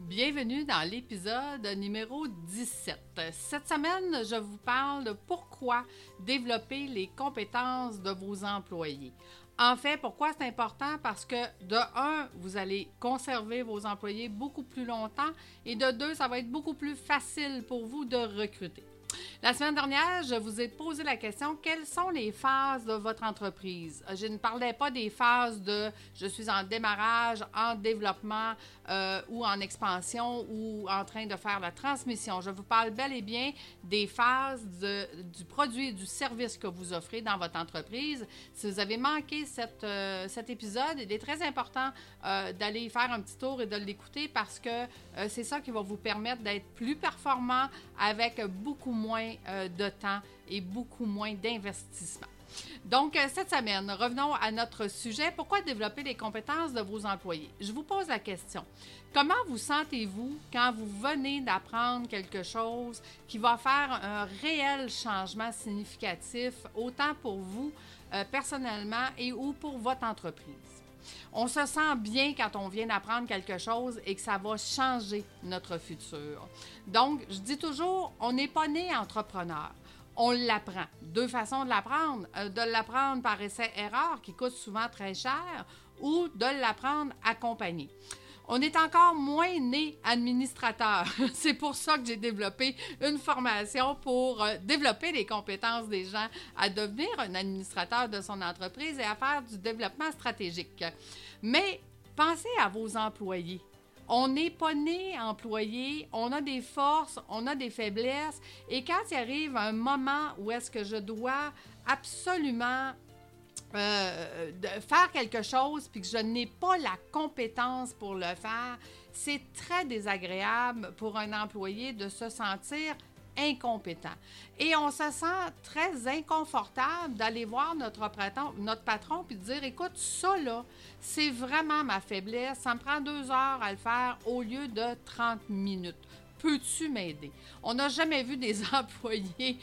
Bienvenue dans l'épisode numéro 17. Cette semaine, je vous parle de pourquoi développer les compétences de vos employés. En fait, pourquoi c'est important? Parce que de un, vous allez conserver vos employés beaucoup plus longtemps et de deux, ça va être beaucoup plus facile pour vous de recruter. La semaine dernière, je vous ai posé la question, quelles sont les phases de votre entreprise? Je ne parlais pas des phases de je suis en démarrage, en développement ou en expansion ou en train de faire la transmission. Je vous parle bel et bien des phases du produit et du service que vous offrez dans votre entreprise. Si vous avez manqué cet épisode, il est très important d'aller y faire un petit tour et de l'écouter parce que c'est ça qui va vous permettre d'être plus performant avec beaucoup moins de temps et beaucoup moins d'investissement. Donc, cette semaine, revenons à notre sujet. Pourquoi développer les compétences de vos employés? Je vous pose la question. Comment vous sentez-vous quand vous venez d'apprendre quelque chose qui va faire un réel changement significatif, autant pour vous personnellement et ou pour votre entreprise? On se sent bien quand on vient d'apprendre quelque chose et que ça va changer notre futur. Donc, je dis toujours, on n'est pas né entrepreneur. On l'apprend. Deux façons de l'apprendre. De l'apprendre par essai-erreur, qui coûte souvent très cher, ou de l'apprendre accompagné. On est encore moins né administrateur. C'est pour ça que j'ai développé une formation pour développer les compétences des gens à devenir un administrateur de son entreprise et à faire du développement stratégique. Mais pensez à vos employés. On n'est pas né employé, on a des forces, on a des faiblesses et quand il arrive un moment où est-ce que je dois absolument faire quelque chose puis que je n'ai pas la compétence pour le faire, c'est très désagréable pour un employé de se sentir incompétent. Et on se sent très inconfortable d'aller voir notre patron puis de dire, écoute, ça là, c'est vraiment ma faiblesse, ça me prend 2 heures à le faire au lieu de 30 minutes. Peux-tu m'aider? On n'a jamais vu des employés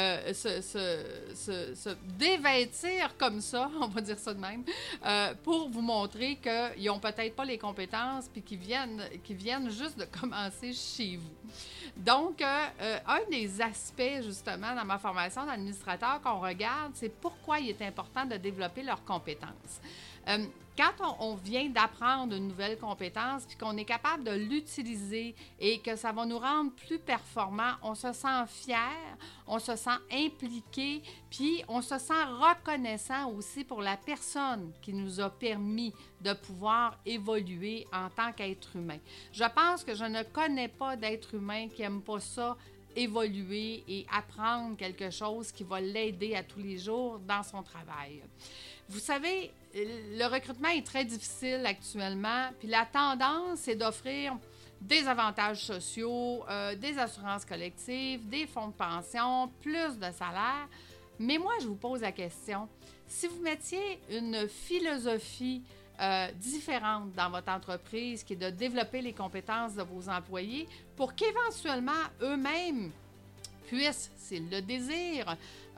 se dévêtir comme ça, on va dire ça de même, pour vous montrer qu'ils n'ont peut-être pas les compétences puis qu'ils viennent juste de commencer chez vous. Donc, un des aspects, justement, dans ma formation d'administrateur qu'on regarde, c'est pourquoi il est important de développer leurs compétences. Quand on vient d'apprendre une nouvelle compétence puis qu'on est capable de l'utiliser et que ça va nous rendre plus performants, on se sent fier, on se sent impliqué, puis on se sent reconnaissant aussi pour la personne qui nous a permis de pouvoir évoluer en tant qu'être humain. Je pense que je ne connais pas d'être humain qui n'aime pas ça, évoluer et apprendre quelque chose qui va l'aider à tous les jours dans son travail. Vous savez, le recrutement est très difficile actuellement, puis la tendance, c'est d'offrir des avantages sociaux, des assurances collectives, des fonds de pension, plus de salaire. Mais moi, je vous pose la question, si vous mettiez une philosophie différente dans votre entreprise, qui est de développer les compétences de vos employés pour qu'éventuellement, eux-mêmes puissent, s'ils le désirent,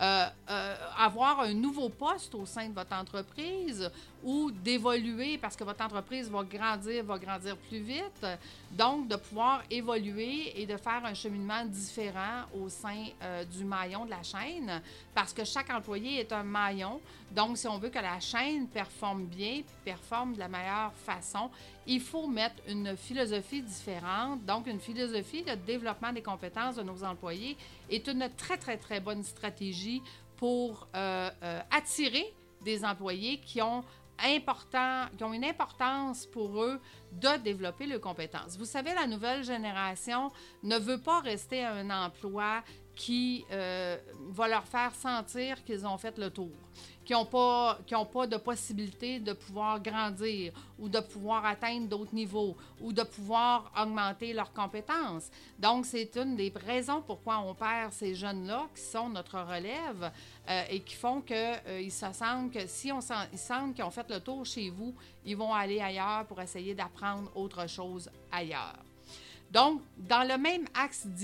avoir un nouveau poste au sein de votre entreprise ou d'évoluer parce que votre entreprise va grandir plus vite. Donc, de pouvoir évoluer et de faire un cheminement différent au sein du maillon de la chaîne parce que chaque employé est un maillon. Donc, si on veut que la chaîne performe bien et performe de la meilleure façon, il faut mettre une philosophie différente. Donc, une philosophie de développement des compétences de nos employés est une très, très, très bonne stratégie pour attirer des employés qui ont une importance pour eux de développer leurs compétences. Vous savez, la nouvelle génération ne veut pas rester à un emploi qui va leur faire sentir qu'ils ont fait le tour, qui n'ont pas de possibilité de pouvoir grandir ou de pouvoir atteindre d'autres niveaux ou de pouvoir augmenter leurs compétences. Donc, c'est une des raisons pourquoi on perd ces jeunes-là qui sont notre relève et qui font qu'ils se sentent que si ils sentent qu'ils ont fait le tour chez vous, ils vont aller ailleurs pour essayer d'apprendre autre chose ailleurs. Donc, dans le même axe d'idées,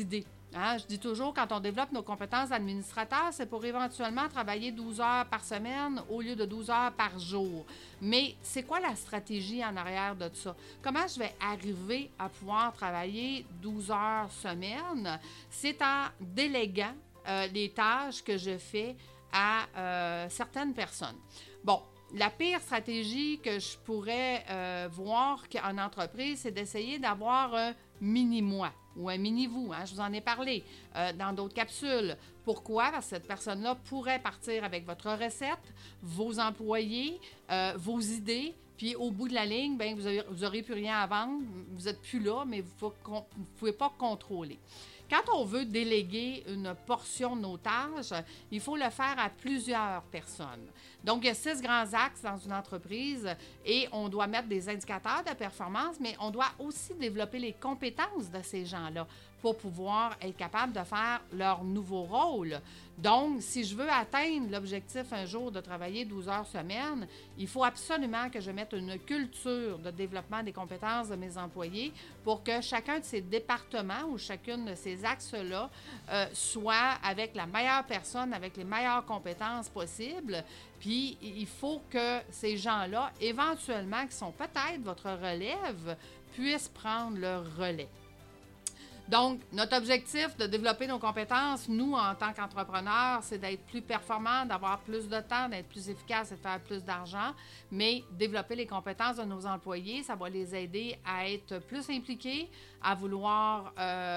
Hein, je dis toujours, quand on développe nos compétences d'administrateur, c'est pour éventuellement travailler 12 heures par semaine au lieu de 12 heures par jour. Mais c'est quoi la stratégie en arrière de ça? Comment je vais arriver à pouvoir travailler 12 heures semaine? C'est en déléguant les tâches que je fais à certaines personnes. Bon, la pire stratégie que je pourrais voir en entreprise, c'est d'essayer d'avoir un mini-moi ou un mini-vous. Hein? Je vous en ai parlé dans d'autres capsules. Pourquoi? Parce que cette personne-là pourrait partir avec votre recette, vos employés, vos idées, puis au bout de la ligne, bien, vous n'aurez plus rien à vendre, vous n'êtes plus là, mais vous ne pouvez pas contrôler. Quand on veut déléguer une portion de nos tâches, il faut le faire à plusieurs personnes. Donc, il y a 6 grands axes dans une entreprise et on doit mettre des indicateurs de performance, mais on doit aussi développer les compétences de ces gens-là pour pouvoir être capable de faire leur nouveau rôle. Donc, si je veux atteindre l'objectif un jour de travailler 12 heures semaine, il faut absolument que je mette une culture de développement des compétences de mes employés pour que chacun de ces départements ou chacune de ces axes-là soit avec la meilleure personne, avec les meilleures compétences possibles. Puis, il faut que ces gens-là, éventuellement, qui sont peut-être votre relève, puissent prendre leur relais. Donc, notre objectif de développer nos compétences, nous, en tant qu'entrepreneurs, c'est d'être plus performants, d'avoir plus de temps, d'être plus efficace et de faire plus d'argent. Mais développer les compétences de nos employés, ça va les aider à être plus impliqués, à vouloir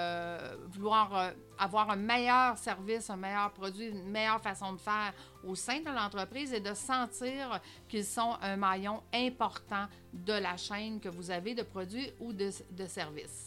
avoir un meilleur service, un meilleur produit, une meilleure façon de faire au sein de l'entreprise et de sentir qu'ils sont un maillon important de la chaîne que vous avez de produits ou de services.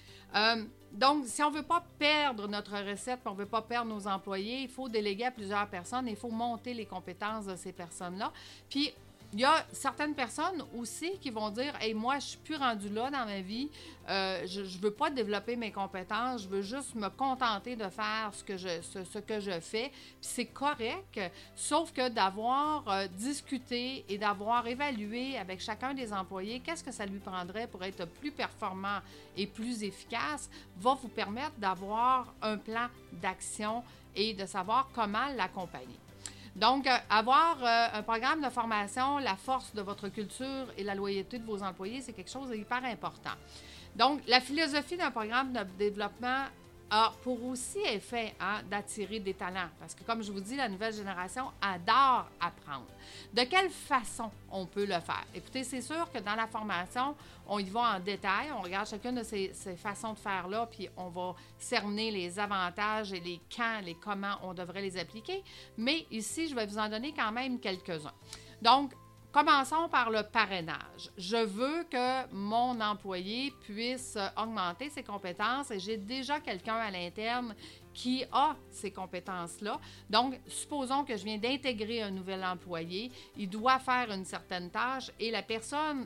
Donc, si on ne veut pas perdre notre recette, on ne veut pas perdre nos employés, il faut déléguer à plusieurs personnes et il faut monter les compétences de ces personnes-là. Puis, il y a certaines personnes aussi qui vont dire « Hey, moi, je ne suis plus rendue là dans ma vie, je ne veux pas développer mes compétences, je veux juste me contenter de faire ce que je fais. » Puis c'est correct, sauf que d'avoir discuté et d'avoir évalué avec chacun des employés qu'est-ce que ça lui prendrait pour être plus performant et plus efficace, va vous permettre d'avoir un plan d'action et de savoir comment l'accompagner. Donc, avoir un programme de formation, la force de votre culture et la loyauté de vos employés, c'est quelque chose d'hyper important. Donc, la philosophie d'un programme de développement a pour aussi effet d'attirer des talents. Parce que, comme je vous dis, la nouvelle génération adore apprendre. De quelle façon on peut le faire? Écoutez, c'est sûr que dans la formation, on y va en détail, on regarde chacune de ces façons de faire-là, puis on va cerner les avantages et les quand, les comment on devrait les appliquer. Mais ici, je vais vous en donner quand même quelques-uns. Donc, commençons par le parrainage. Je veux que mon employé puisse augmenter ses compétences et j'ai déjà quelqu'un à l'interne qui a ces compétences-là. Donc, supposons que je viens d'intégrer un nouvel employé, il doit faire une certaine tâche et la personne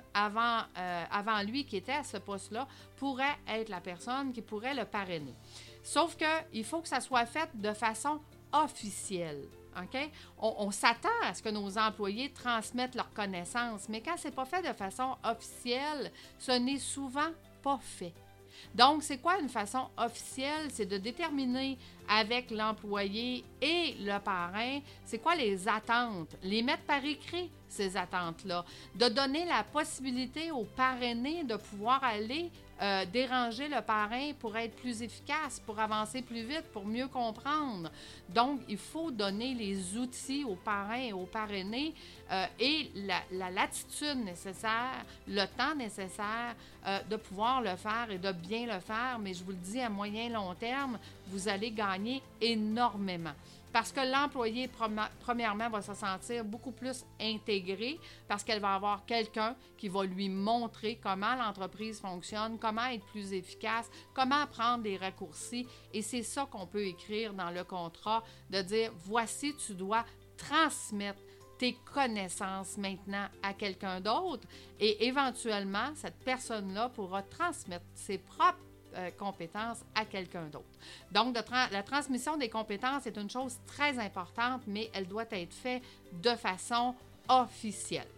avant lui qui était à ce poste-là pourrait être la personne qui pourrait le parrainer. Sauf qu'il faut que ça soit fait de façon officielle. Okay? On s'attend à ce que nos employés transmettent leurs connaissances, mais quand ce n'est pas fait de façon officielle, ce n'est souvent pas fait. Donc, c'est quoi une façon officielle? C'est de déterminer avec l'employé et le parrain, c'est quoi les attentes, les mettre par écrit, ces attentes-là, de donner la possibilité au parrainé de pouvoir aller déranger le parrain pour être plus efficace, pour avancer plus vite, pour mieux comprendre. Donc, il faut donner les outils aux parrains et aux parrainés et la latitude nécessaire, le temps nécessaire de pouvoir le faire et de bien le faire. Mais je vous le dis, à moyen long terme, vous allez gagner énormément. Parce que l'employé, premièrement, va se sentir beaucoup plus intégré parce qu'elle va avoir quelqu'un qui va lui montrer comment l'entreprise fonctionne, comment être plus efficace, comment prendre des raccourcis. Et c'est ça qu'on peut écrire dans le contrat, de dire, voici, tu dois transmettre tes connaissances maintenant à quelqu'un d'autre et éventuellement, cette personne-là pourra transmettre ses propres compétences à quelqu'un d'autre. Donc, la transmission des compétences est une chose très importante, mais elle doit être faite de façon officielle.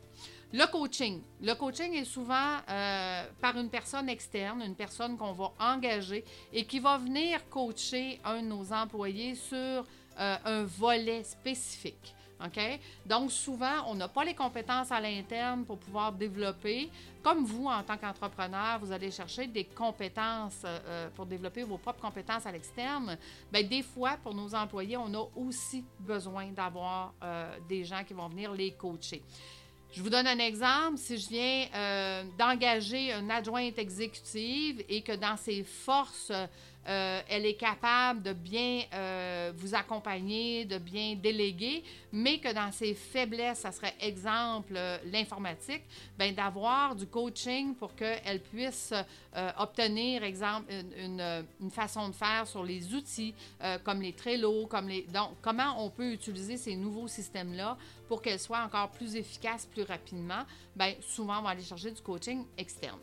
Le coaching. Le coaching est souvent par une personne externe, une personne qu'on va engager et qui va venir coacher un de nos employés sur un volet spécifique. OK? Donc, souvent, on n'a pas les compétences à l'interne pour pouvoir développer. Comme vous, en tant qu'entrepreneur, vous allez chercher des compétences pour développer vos propres compétences à l'externe. Bien, des fois, pour nos employés, on a aussi besoin d'avoir des gens qui vont venir les coacher. Je vous donne un exemple. Si je viens d'engager une adjointe exécutive et que dans ses forces, elle est capable de bien vous accompagner, de bien déléguer, mais que dans ses faiblesses, ça serait exemple l'informatique, bien d'avoir du coaching pour qu'elle puisse obtenir, exemple, une façon de faire sur les outils comme les Trello, donc comment on peut utiliser ces nouveaux systèmes-là pour qu'elles soient encore plus efficaces plus rapidement. Bien, souvent, on va aller chercher du coaching externe.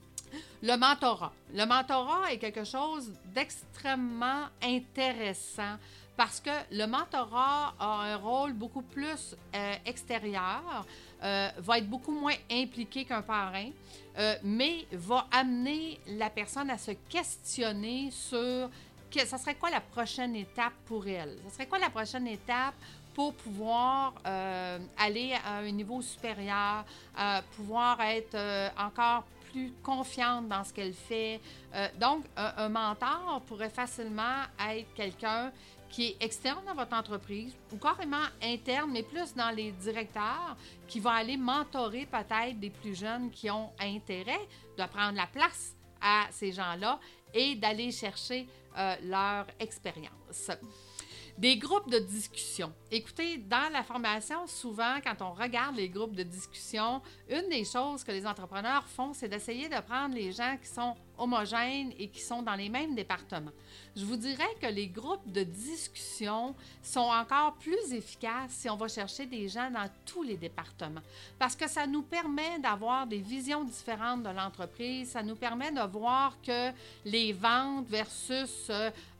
Le mentorat. Le mentorat est quelque chose d'extrêmement intéressant parce que le mentorat a un rôle beaucoup plus extérieur, va être beaucoup moins impliqué qu'un parrain, mais va amener la personne à se questionner sur ça serait quoi la prochaine étape pour elle. Ça serait quoi la prochaine étape pour pouvoir aller à un niveau supérieur, pouvoir être encore plus confiante dans ce qu'elle fait. Donc, un mentor pourrait facilement être quelqu'un qui est externe à votre entreprise ou carrément interne, mais plus dans les directeurs, qui va aller mentorer peut-être des plus jeunes qui ont intérêt de prendre la place à ces gens-là et d'aller chercher leur expérience. Des groupes de discussion. Écoutez, dans la formation, souvent, quand on regarde les groupes de discussion, une des choses que les entrepreneurs font, c'est d'essayer de prendre les gens qui sont homogènes et qui sont dans les mêmes départements. Je vous dirais que les groupes de discussion sont encore plus efficaces si on va chercher des gens dans tous les départements, parce que ça nous permet d'avoir des visions différentes de l'entreprise, ça nous permet de voir que les ventes versus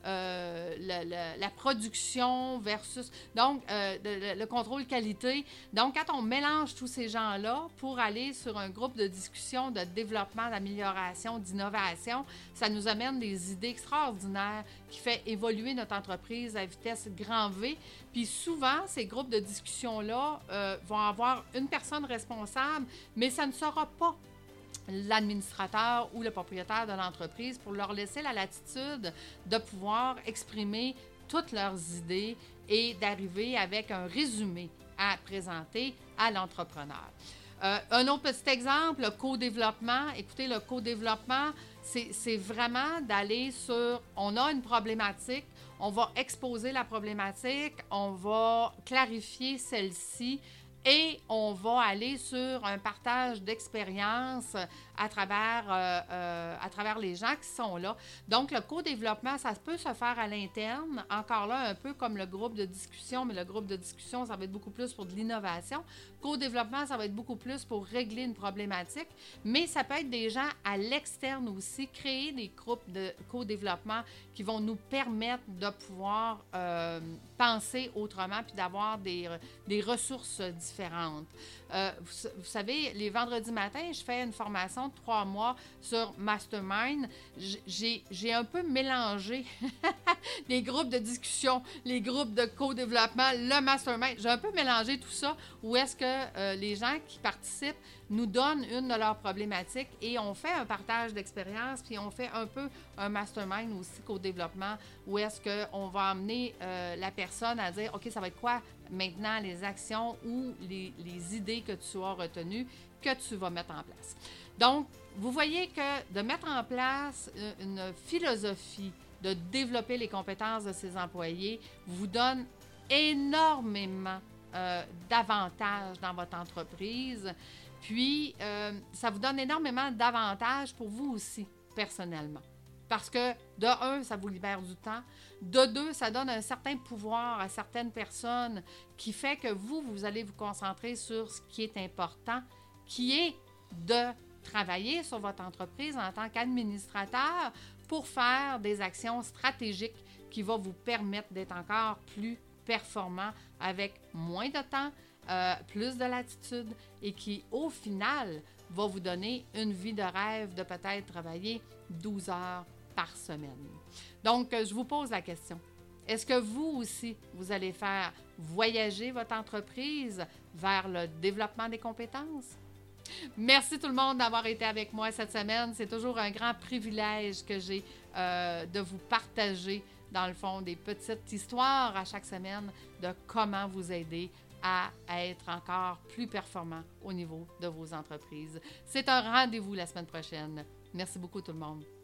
la production versus, donc, le contrôle qualité. Donc, quand on mélange tous ces gens-là pour aller sur un groupe de discussion, de développement, d'amélioration, d'innovation, ça nous amène des idées extraordinaires qui fait évoluer notre entreprise à vitesse grand V. Puis souvent, ces groupes de discussion-là vont avoir une personne responsable, mais ça ne sera pas l'administrateur ou le propriétaire de l'entreprise pour leur laisser la latitude de pouvoir exprimer toutes leurs idées et d'arriver avec un résumé à présenter à l'entrepreneur. Un autre petit exemple, le co-développement. Écoutez, le co-développement, c'est vraiment d'aller sur, on a une problématique, on va exposer la problématique, on va clarifier celle-ci et on va aller sur un partage d'expérience à travers les gens qui sont là. Donc, le co-développement, ça peut se faire à l'interne, encore là, un peu comme le groupe de discussion, mais le groupe de discussion, ça va être beaucoup plus pour de l'innovation. Co-développement, ça va être beaucoup plus pour régler une problématique, mais ça peut être des gens à l'externe aussi, créer des groupes de co-développement qui vont nous permettre de pouvoir penser autrement puis d'avoir des ressources différentes. Vous savez, les vendredis matins, je fais une formation de 3 mois sur Mastermind. J'ai un peu mélangé les groupes de discussion, les groupes de co-développement, le Mastermind. J'ai un peu mélangé tout ça où est-ce que les gens qui participent nous donnent une de leurs problématiques et on fait un partage d'expérience, puis on fait un peu un mastermind aussi co-développement où est-ce qu'on va amener la personne à dire, OK, ça va être quoi maintenant les actions ou les idées que tu as retenues que tu vas mettre en place. Donc, vous voyez que de mettre en place une philosophie de développer les compétences de ses employés vous donne énormément d'avantages dans votre entreprise. Puis, ça vous donne énormément d'avantages pour vous aussi, personnellement. Parce que, de un, ça vous libère du temps. De deux, ça donne un certain pouvoir à certaines personnes qui fait que vous allez vous concentrer sur ce qui est important, qui est de travailler sur votre entreprise en tant qu'administrateur pour faire des actions stratégiques qui vont vous permettre d'être encore plus performant avec moins de temps, plus de latitude et qui, au final, va vous donner une vie de rêve de peut-être travailler 12 heures par semaine. Donc, je vous pose la question. Est-ce que vous aussi, vous allez faire voyager votre entreprise vers le développement des compétences? Merci tout le monde d'avoir été avec moi cette semaine. C'est toujours un grand privilège que j'ai de vous partager, dans le fond, des petites histoires à chaque semaine de comment vous aider à être encore plus performant au niveau de vos entreprises. C'est un rendez-vous la semaine prochaine. Merci beaucoup tout le monde.